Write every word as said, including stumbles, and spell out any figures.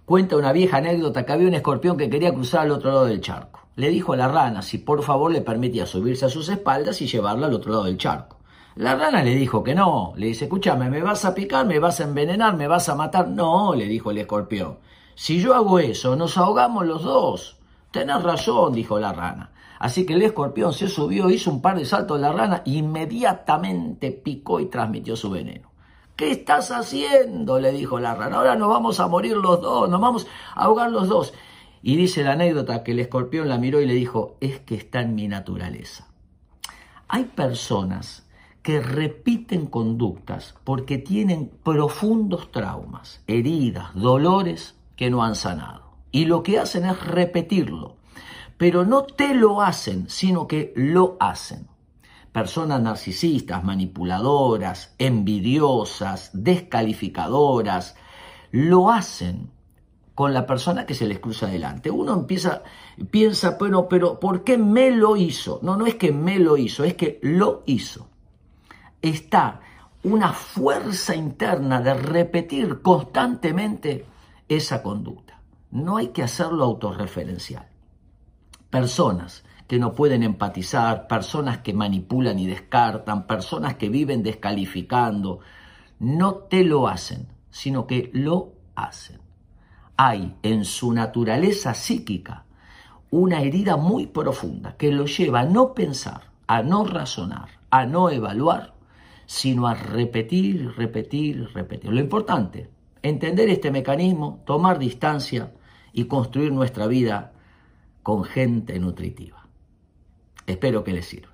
Cuenta una vieja anécdota que había un escorpión que quería cruzar al otro lado del charco. Le dijo a la rana si por favor le permitía subirse a sus espaldas y llevarla al otro lado del charco. La rana le dijo que no. Le dice, escúchame, ¿me vas a picar? ¿Me vas a envenenar? ¿Me vas a matar? No, le dijo el escorpión. Si yo hago eso, nos ahogamos los dos. Tenés razón, dijo la rana. Así que el escorpión se subió, hizo un par de saltos a la rana, inmediatamente picó y transmitió su veneno. ¿Qué estás haciendo?, le dijo la rana. Ahora nos vamos a morir los dos, nos vamos a ahogar los dos. Y dice la anécdota que el escorpión la miró y le dijo, es que está en mi naturaleza. Hay personas que repiten conductas porque tienen profundos traumas, heridas, dolores que no han sanado. Y lo que hacen es repetirlo. Pero no te lo hacen, sino que lo hacen. Personas narcisistas, manipuladoras, envidiosas, descalificadoras, lo hacen con la persona que se les cruza delante. Uno empieza, piensa, bueno, pero ¿por qué me lo hizo? No, no es que me lo hizo, es que lo hizo. Está una fuerza interna de repetir constantemente esa conducta. No hay que hacerlo autorreferencial. Personas que no pueden empatizar, personas que manipulan y descartan, personas que viven descalificando, no te lo hacen, sino que lo hacen. Hay en su naturaleza psíquica una herida muy profunda que lo lleva a no pensar, a no razonar, a no evaluar, sino a repetir, repetir, repetir. Lo importante, entender este mecanismo, tomar distancia y construir nuestra vida con gente nutritiva. Espero que les sirva.